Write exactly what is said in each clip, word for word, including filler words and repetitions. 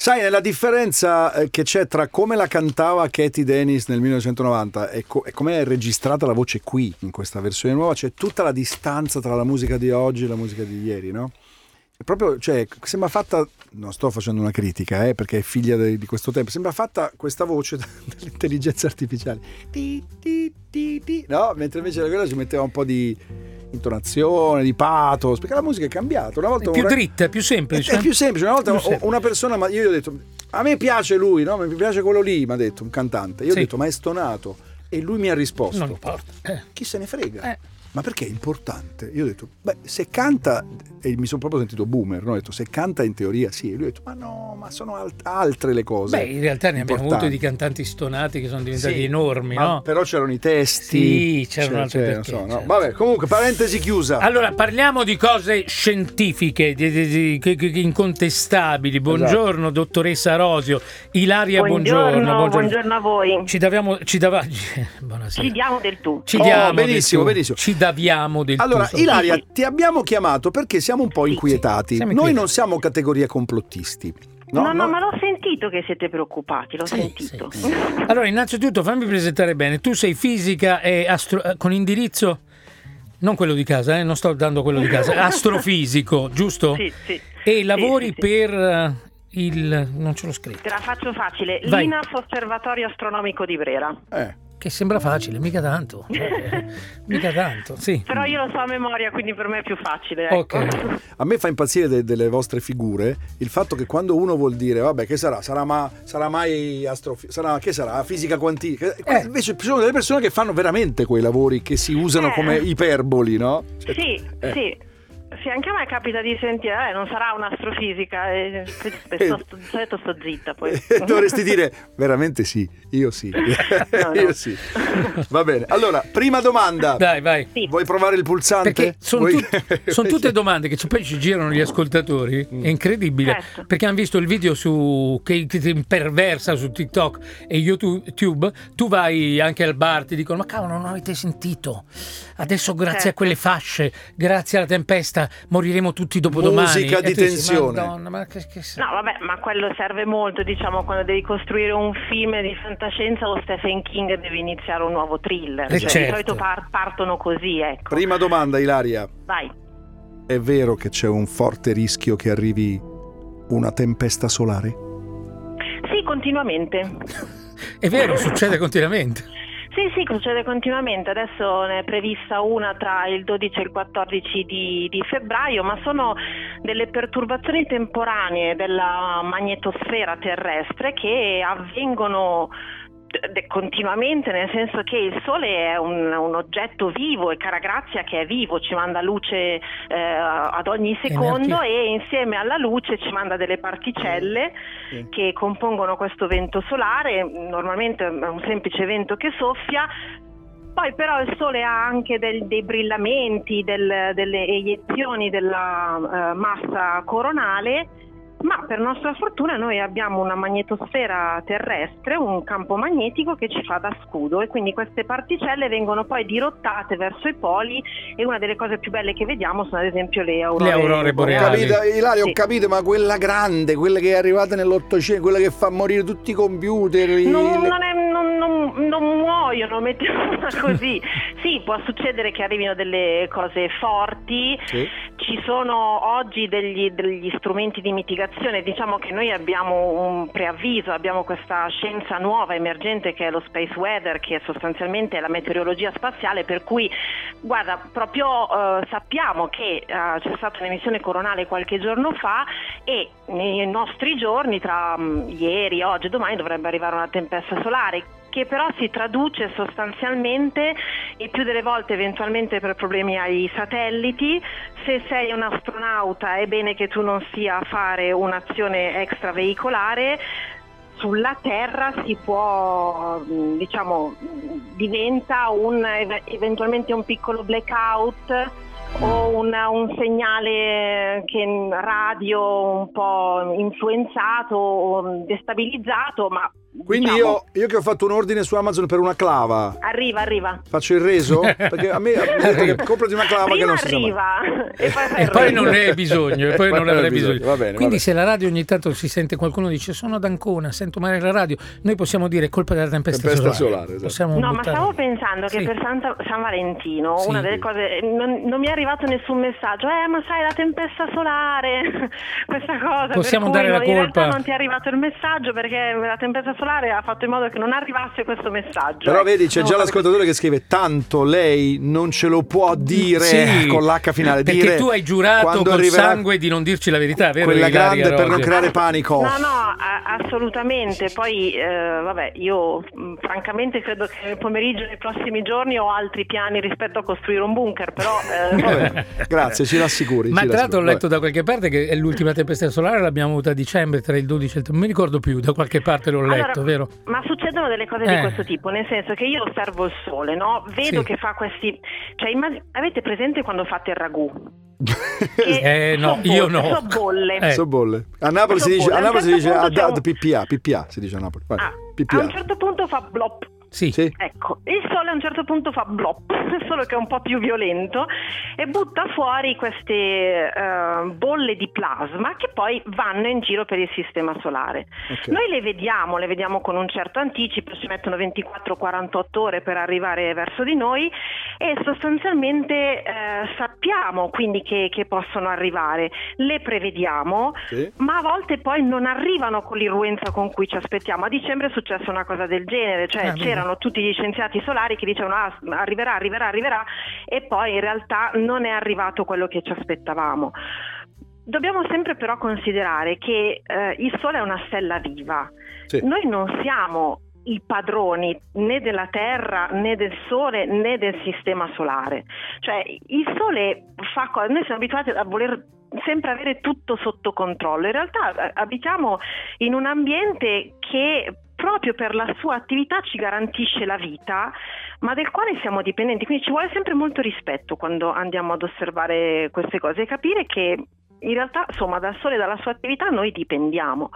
Sai, è la differenza eh, che c'è tra come la cantava Katy Dennis nel millenovecentonovanta e, co- e come è registrata la voce qui in questa versione nuova. C'è tutta la distanza tra la musica di oggi e la musica di ieri, no? È proprio, cioè, sembra fatta, non sto facendo una critica, eh, perché è figlia de, di questo tempo, sembra fatta questa voce dall'intelligenza artificiale. Ti, ti, ti, ti. No, mentre invece la quella ci metteva un po' di intonazione, di pathos, perché la musica è cambiata. Una volta è più un... dritta, è più semplice. È, è più semplice. Una volta semplice. Una persona, ma io gli ho detto, a me piace lui, no? Mi piace quello lì, mi ha detto un cantante. Io sì. ho detto, ma è stonato. E lui mi ha risposto, non importa. Eh. Chi se ne frega? Eh. Ma perché è importante? Io ho detto, beh, se canta, e mi sono proprio sentito boomer, no? Ho detto, se canta in teoria sì. E lui ha detto, ma no, ma sono alt- altre le cose. Beh, in realtà ne abbiamo importanti. avuto di cantanti stonati che sono diventati sì, enormi, ma no? Però c'erano i testi. Sì, c'erano altri c'era, perché. non so, no? Certo. Vabbè, comunque, parentesi chiusa. Allora, parliamo di cose scientifiche, di, di, di, di, incontestabili. Buongiorno, esatto. Dottoressa Rosio. Ilaria, buongiorno. Buongiorno, Buongiorno, buongiorno a voi. Ci daviamo, ci dava... Buonasera. Ci diamo del tu. Ci oh, diamo benissimo, del tu. benissimo. Ci daviamo del Allora, tu. Ilaria, ti abbiamo chiamato perché siamo un po' inquietati. Sì, sì, Noi non siamo categoria complottisti. No, no, no, no, ma l'ho sentito che siete preoccupati, l'ho sì, sentito. Sì, sì. Allora, innanzitutto fammi presentare bene. Tu sei fisica e astro... con indirizzo, non quello di casa, eh? Non sto dando quello di casa, astrofisico, giusto? Sì, sì. E lavori sì, sì, per il... non ce l'ho scritto. Te la faccio facile. Vai. L'I N A F Osservatorio Astronomico di Brera. Eh. Che sembra facile, mica tanto. Eh, mica tanto, sì. Però io lo so a memoria, quindi per me è più facile. Ecco. Ok. A me fa impazzire de- delle vostre figure il fatto che quando uno vuol dire vabbè che sarà sarà, ma- sarà mai astrofi- sarà che sarà fisica quantistica eh. Invece ci sono delle persone che fanno veramente quei lavori che si usano eh. come iperboli, no? Cioè, sì, eh. sì. Sì, anche a me capita di sentire, eh, non sarà un'astrofisica, eh, sto, sto, sto zitta poi. Dovresti dire veramente sì, io sì, no, no. io sì. Va bene, allora, prima domanda. Dai, vai. Sì. Vuoi provare il pulsante? Perché sono, Vuoi... tut- son tutte domande che poi ci girano gli ascoltatori, è incredibile, certo. Perché hanno visto il video su che ti imperversa su TikTok e YouTube, tu vai anche al bar, ti dicono ma cavolo non avete sentito, adesso grazie certo. a quelle fasce, grazie alla tempesta moriremo tutti dopodomani. Musica di dici, tensione. Madonna, ma che, che... No, vabbè, ma quello serve molto, diciamo, quando devi costruire un film di fantascienza o Stephen King deve iniziare un nuovo thriller. Eh cioè, certo. Di solito par- partono così, ecco. Prima domanda, Ilaria. Vai. È vero che c'è un forte rischio che arrivi una tempesta solare? Sì, continuamente. È vero, succede continuamente. Sì, sì, succede continuamente. Adesso ne è prevista una tra il dodici e il quattordici di, di febbraio, ma sono delle perturbazioni temporanee della magnetosfera terrestre che avvengono continuamente, nel senso che il Sole è un, un oggetto vivo e cara grazia che è vivo, ci manda luce eh, ad ogni secondo Energia. E insieme alla luce ci manda delle particelle sì. che compongono questo vento solare, normalmente è un semplice vento che soffia. Poi però il Sole ha anche del, dei brillamenti, del, delle eiezioni della uh, massa coronale, ma per nostra fortuna noi abbiamo una magnetosfera terrestre, un campo magnetico che ci fa da scudo e quindi queste particelle vengono poi dirottate verso i poli e una delle cose più belle che vediamo sono ad esempio le aurore, le aurore boreali. Capito, Ilaria, sì. Ho capito, ma quella grande, quella che è arrivata nell'Ottocento, quella che fa morire tutti i computer. Non, le... non, è, non, non, non muoiono, mettiamola così. Sì, può succedere che arrivino delle cose forti. Sì. Ci sono oggi degli, degli strumenti di mitigazione, diciamo che noi abbiamo un preavviso, abbiamo questa scienza nuova emergente che è lo space weather, che sostanzialmente è la meteorologia spaziale, per cui guarda, proprio eh, sappiamo che eh, c'è stata un'emissione coronale qualche giorno fa e nei nostri giorni, tra um, ieri, oggi e domani, dovrebbe arrivare una tempesta solare, che però si traduce sostanzialmente e più delle volte eventualmente per problemi ai satelliti. Se sei un astronauta è bene che tu non sia a fare un'azione extraveicolare. Sulla Terra si può, diciamo, diventa un eventualmente un piccolo blackout o una, un segnale che radio un po' influenzato o destabilizzato, ma Quindi diciamo, io, io che ho fatto un ordine su Amazon per una clava, arriva, arriva. faccio il reso? Perché a me mi ha detto che comprati una clava Prima che non si sa mai. arriva e poi fai E il poi resto. non ne hai bisogno, e poi non avrai bisogno. Va bene, Quindi va se la radio ogni tanto si sente qualcuno dice sono ad Ancona, sento male la radio, noi possiamo dire colpa della tempesta, Tempesta solare. solare, esatto. Possiamo No, ma buttare- stavo pensando che Sì. per Santa- San Valentino Sì. una delle cose non, non mi è arrivato nessun messaggio, eh ma sai la tempesta solare, questa cosa, Possiamo per cui dare la non- in colpa. realtà non ti è arrivato il messaggio perché la tempesta solare ha fatto in modo che non arrivasse questo messaggio. Però ecco. vedi, c'è No, già ma- l'ascoltatore che scrive tanto lei non ce lo può dire Sì, con l'H finale. perché dire tu hai giurato quando col arriverà sangue di non dirci la verità, vero? quella Ilaria grande per non Rosio? creare panico. No, no, a- assolutamente. Poi, eh, vabbè, io mh, francamente credo che nel pomeriggio nei prossimi giorni ho altri piani rispetto a costruire un bunker, però... eh, Vabbè, grazie, ci rassicuri. Ma ci tra l'altro ho rassicuri. letto da qualche parte che è l'ultima tempesta solare l'abbiamo avuta a dicembre tra il dodici e il... non mi ricordo più, da qualche parte l'ho allora, letto, vero? Ma succedono delle cose Eh. di questo tipo, nel senso che io osservo il sole, no? Vedo Sì. che fa questi... Cioè, immag- avete presente quando fate il ragù? Eh, no, so io bolle- no. so bolle. Eh. So bolle. A Napoli si So dice, bolle. a A un Napoli si certo dice punto ad, c'è ad un- P P A, P P A si dice a Napoli. Vai, Ah, P P a A. un certo punto fa blop. Sì. Sì. Ecco, il sole a un certo punto fa blop, solo che è un po' più violento e butta fuori queste eh, bolle di plasma che poi vanno in giro per il sistema solare. Ok. Noi le vediamo, le vediamo con un certo anticipo, ci mettono ventiquattro quarantotto ore per arrivare verso di noi e sostanzialmente eh, sappiamo quindi che, che possono arrivare, le prevediamo, Sì. ma a volte poi non arrivano con l'irruenza con cui ci aspettiamo. A dicembre è successa una cosa del genere, cioè Ah, vedi. c'erano tutti gli scienziati solari che dicevano ah, arriverà, arriverà, arriverà e poi in realtà non è arrivato quello che ci aspettavamo. Dobbiamo sempre però considerare che eh, il Sole è una stella viva. Sì. Noi non siamo i padroni né della Terra né del Sole né del sistema solare. Cioè il Sole fa cose, noi siamo abituati a voler sempre avere tutto sotto controllo. In realtà eh, abitiamo in un ambiente che proprio per la sua attività ci garantisce la vita, ma del quale siamo dipendenti. Quindi ci vuole sempre molto rispetto quando andiamo ad osservare queste cose e capire che in realtà, insomma, dal Sole e dalla sua attività noi dipendiamo.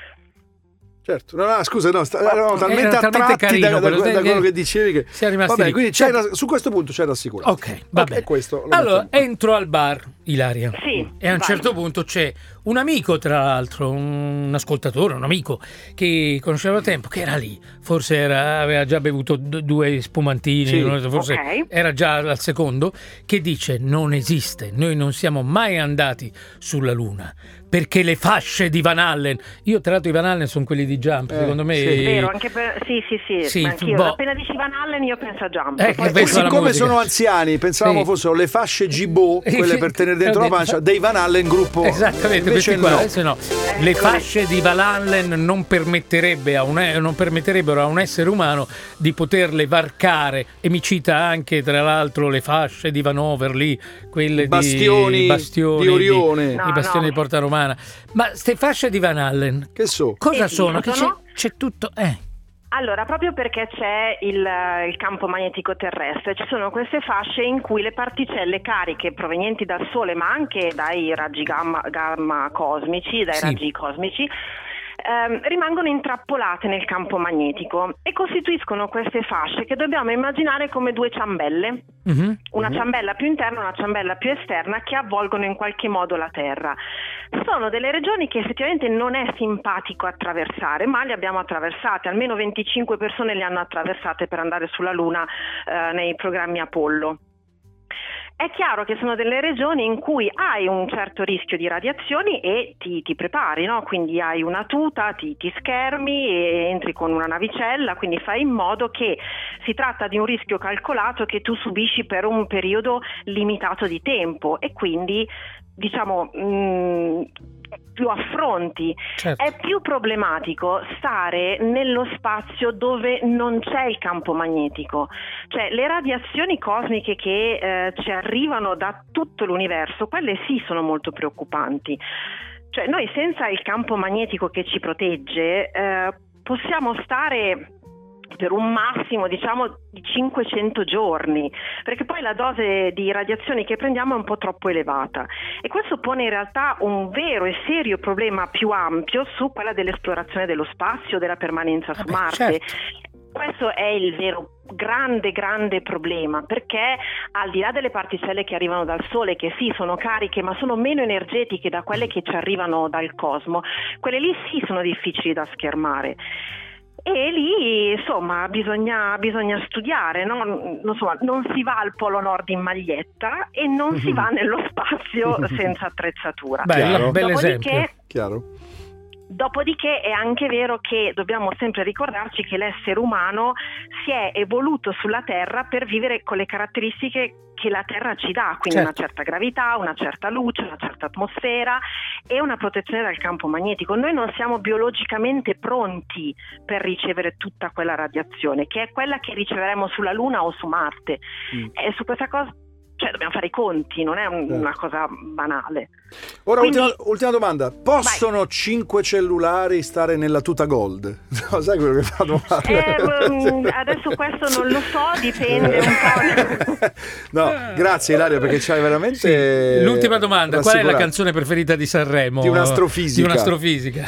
Certo, no, no, scusa, no, sta- eravamo Era talmente talmente attratti carino da, da- quello, da eh, quello che dicevi che siamo rimasti vabbè, lì. quindi c'è ra- su questo punto c'è rassicurato. Ok, va bene. E questo lo Allora, mettiamo. entro al bar, Ilaria. Sì, E a un vai. certo punto c'è un amico, tra l'altro, un ascoltatore, un amico che conoscevo da tempo, che era lì. Forse era- aveva già bevuto d- due spumantini, Sì. non so, forse Ok. era già al secondo, che dice non esiste, noi non siamo mai andati sulla Luna. Perché le fasce di Van Allen, io tra l'altro i Van Allen sono quelli di Jump, Eh, secondo me. sì. Vero, anche per... sì, sì, sì, Sì, anch'io. boh. Appena dici Van Allen io penso a Jump. Eh, Poi- che E penso alla siccome musica. sono anziani, pensavamo Sì. fossero le fasce Gibo, quelle per tenere dentro la pancia, dei Van Allen gruppo. Esattamente, Invece questi qua, no. adesso no. Le fasce di Van Allen non, permetterebbe a un, non permetterebbero a un essere umano di poterle varcare, e mi cita anche tra l'altro le fasce di Van Overley, quelle Bastioni di bastioni di Orione. No, i bastioni no. di Porta Romana. Ma ste fasce di Van Allen Che so? cosa Eh, sono? Che c'è, sono- c'è tutto eh Allora, proprio perché c'è il, il campo magnetico terrestre, ci sono queste fasce in cui le particelle cariche provenienti dal Sole, ma anche dai raggi gamma, gamma cosmici, dai Sì. raggi cosmici, ehm, rimangono intrappolate nel campo magnetico e costituiscono queste fasce che dobbiamo immaginare come due ciambelle. Mhm. Una ciambella più interna e una ciambella più esterna che avvolgono in qualche modo la Terra. Sono delle regioni che effettivamente non è simpatico attraversare, ma le abbiamo attraversate, almeno venticinque persone le hanno attraversate per andare sulla Luna eh, nei programmi Apollo. È chiaro che sono delle regioni in cui hai un certo rischio di radiazioni e ti, ti prepari, no? Quindi hai una tuta, ti, ti schermi e entri con una navicella, quindi fai in modo che si tratta di un rischio calcolato che tu subisci per un periodo limitato di tempo e quindi diciamo mh, lo affronti. Certo. È più problematico stare nello spazio dove non c'è il campo magnetico, cioè le radiazioni cosmiche che eh, ci arrivano da tutto l'universo, quelle sì sono molto preoccupanti. Cioè noi senza il campo magnetico che ci protegge eh, possiamo stare per un massimo diciamo di cinquecento giorni, perché poi la dose di radiazioni che prendiamo è un po' troppo elevata, e questo pone in realtà un vero e serio problema più ampio su quella dell'esplorazione dello spazio, della permanenza su Vabbè, Marte. certo. Questo è il vero grande grande problema, perché al di là delle particelle che arrivano dal Sole, che sì sono cariche ma sono meno energetiche da quelle che ci arrivano dal cosmo, quelle lì sì sono difficili da schermare. E lì insomma bisogna, bisogna studiare, no? Insomma, non si va al Polo Nord in maglietta e non si va nello spazio senza attrezzatura. Bello, bel Dopodiché, esempio. Chiaro? Dopodiché è anche vero che dobbiamo sempre ricordarci che l'essere umano si è evoluto sulla Terra per vivere con le caratteristiche che la Terra ci dà, quindi certo. una certa gravità, una certa luce, una certa atmosfera e una protezione dal campo magnetico. Noi non siamo biologicamente pronti per ricevere tutta quella radiazione, che è quella che riceveremo sulla Luna o su Marte. Mm. E su questa cosa, cioè, dobbiamo fare i conti, non è un, una cosa banale. Ora, Quindi, ultima, ultima domanda: possono vai. cinque cellulari stare nella tuta gold? No, sai quello che fa domanda? Eh, adesso questo non lo so, dipende un po'. No, grazie Ilaria, perché c'hai veramente. Sì. L'ultima domanda: qual è la canzone preferita di Sanremo? Di un'astrofisica. Di un'astrofisica.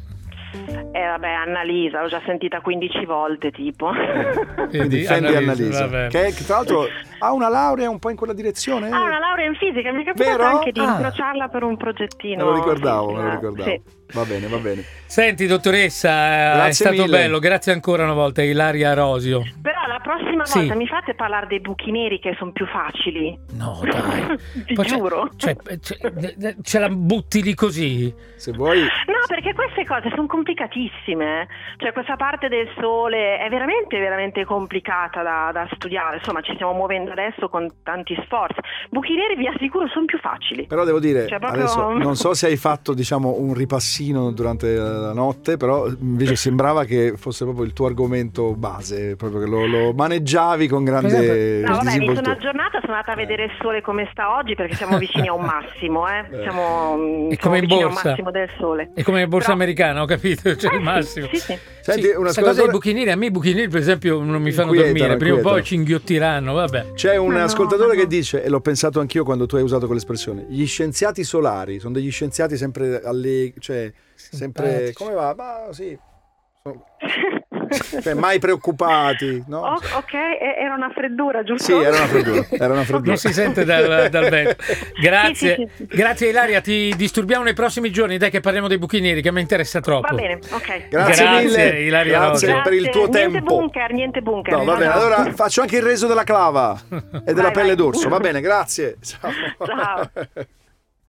Eh vabbè, Annalisa, l'ho già sentita quindici volte tipo. Quindi difendi Annalisa, Annalisa che, che tra l'altro ha una laurea un po' in quella direzione. Ha una laurea in fisica, mi è capitato Vero? anche di ah. incrociarla per un progettino. Me lo ricordavo, sì, me lo ricordavo. Sì. Va bene, va bene. Senti dottoressa, grazie è stato mille. bello, grazie ancora una volta Ilaria Rosio. Però la prossima sì. volta mi fate parlare dei buchi neri che sono più facili. No dai, ti Poi giuro. Cioè, cioè, ce la butti lì così? Se vuoi. No, perché queste cose sono complicatissime, cioè questa parte del Sole è veramente veramente complicata da, da studiare, insomma ci stiamo muovendo adesso con tanti sforzi. Buchi neri vi assicuro sono più facili. Però devo dire, cioè, proprio... adesso non so se hai fatto diciamo un ripassino durante la notte, però invece sembrava che fosse proprio il tuo argomento base, proprio che lo, lo maneggiavi con grande no, vabbè, mi sono disinvoltura. aggiornata, sono andata a vedere il Sole come sta oggi, perché siamo vicini a un massimo, eh. Siamo, e siamo come in vicini borsa. a un massimo del Sole. E come in borsa Però... americana, ho capito, cioè eh, il massimo. Sì, sì. Senti, sì, una questa cosa dei buchi neri, a me i buchi neri per esempio non mi fanno inquietano, dormire, prima o inquietano. poi ci inghiottiranno, vabbè. C'è un Ma no, ascoltatore ma no. che dice, e l'ho pensato anch'io quando tu hai usato quell'espressione, gli scienziati solari sono degli scienziati sempre alle, cioè sempre Simpatici. come va? Ma sì. Sono... cioè mai preoccupati, no? Oh, ok, era una freddura, giusto? Sì, era una freddura, era una freddura. Non si sente dal, dal vento. Grazie, Sì, sì, sì, sì. grazie Ilaria, ti disturbiamo nei prossimi giorni, dai che parliamo dei buchi neri che mi interessa troppo. Va bene, ok. Grazie, Grazie, mille, Ilaria grazie Rosio. per il tuo niente tempo. Bunker, niente bunker. No, va bene, allora faccio anche il reso della clava e della Vai, pelle vai. d'orso, va bene, grazie. Ciao. Ciao.